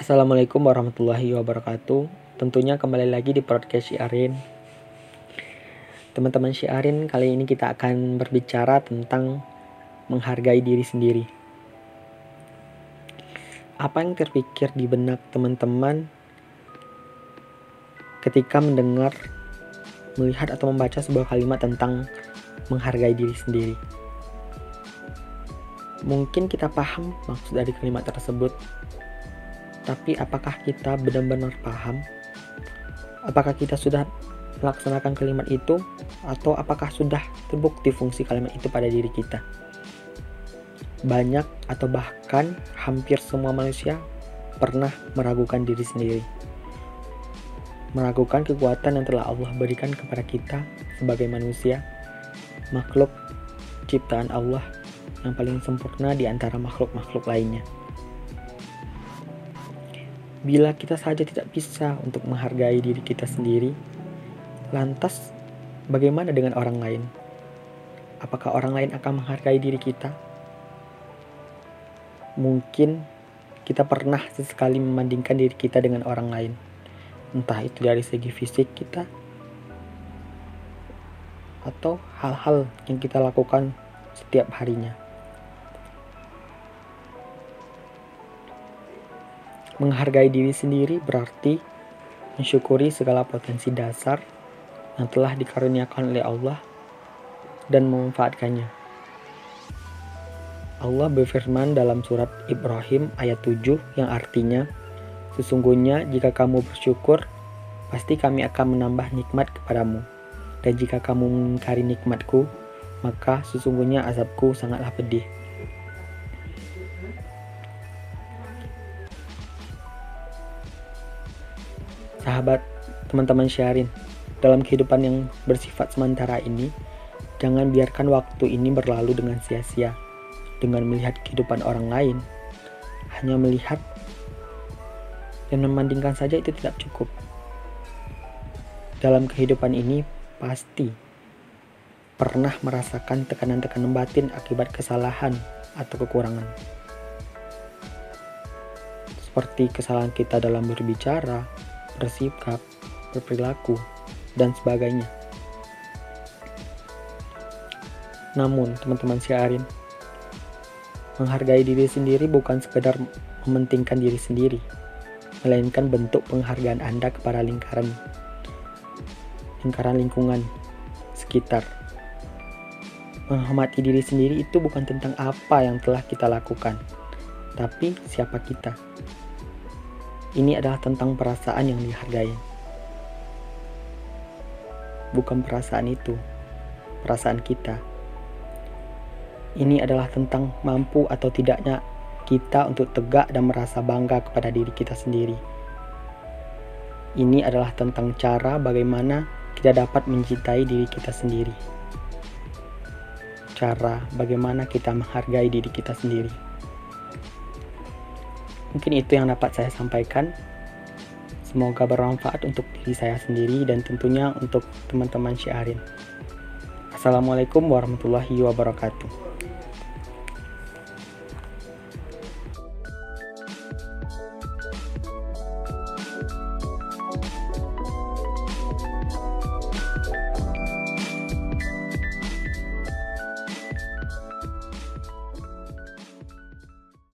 Assalamualaikum warahmatullahi wabarakatuh. Tentunya kembali lagi di podcast Syiarin. Teman-teman Syiarin, kali ini kita akan berbicara tentang menghargai diri sendiri. Apa yang terpikir di benak teman-teman ketika mendengar, melihat atau membaca sebuah kalimat tentang menghargai diri sendiri? Mungkin kita paham maksud dari kalimat tersebut, tapi apakah kita benar-benar paham? Apakah kita sudah melaksanakan kalimat itu? Atau apakah sudah terbukti fungsi kalimat itu pada diri kita? Banyak atau bahkan hampir semua manusia pernah meragukan diri sendiri. Meragukan kekuatan yang telah Allah berikan kepada kita sebagai manusia, makhluk ciptaan Allah yang paling sempurna di antara makhluk-makhluk lainnya. Bila kita saja tidak bisa untuk menghargai diri kita sendiri, lantas bagaimana dengan orang lain? Apakah orang lain akan menghargai diri kita? Mungkin kita pernah sesekali membandingkan diri kita dengan orang lain. Entah itu dari segi fisik kita, atau hal-hal yang kita lakukan setiap harinya. Menghargai diri sendiri berarti mensyukuri segala potensi dasar yang telah dikaruniakan oleh Allah dan memanfaatkannya. Allah berfirman dalam surat Ibrahim ayat 7 yang artinya, "Sesungguhnya jika kamu bersyukur, pasti kami akan menambah nikmat kepadamu. Dan jika kamu mengingkari nikmatku, maka sesungguhnya azabku sangatlah pedih." Sahabat, teman-teman Syiarin, dalam kehidupan yang bersifat sementara ini, jangan biarkan waktu ini berlalu dengan sia-sia, dengan melihat kehidupan orang lain. Hanya melihat dan membandingkan saja itu tidak cukup. Dalam kehidupan ini, pasti pernah merasakan tekanan-tekanan batin akibat kesalahan atau kekurangan. Seperti kesalahan kita dalam berbicara, bersikap, berperilaku, dan sebagainya. Namun, teman-teman Syiarin, menghargai diri sendiri bukan sekedar mementingkan diri sendiri, melainkan bentuk penghargaan Anda kepada lingkaran lingkungan sekitar. Menghormati diri sendiri itu bukan tentang apa yang telah kita lakukan, tapi siapa kita. Ini adalah tentang perasaan yang dihargai. Bukan perasaan itu, perasaan kita. Ini adalah tentang mampu atau tidaknya kita untuk tegak dan merasa bangga kepada diri kita sendiri. Ini adalah tentang cara bagaimana kita dapat mencintai diri kita sendiri. Cara bagaimana kita menghargai diri kita sendiri. Mungkin itu yang dapat saya sampaikan. Semoga bermanfaat untuk diri saya sendiri dan tentunya untuk teman-teman Syiarin. Assalamualaikum warahmatullahi wabarakatuh.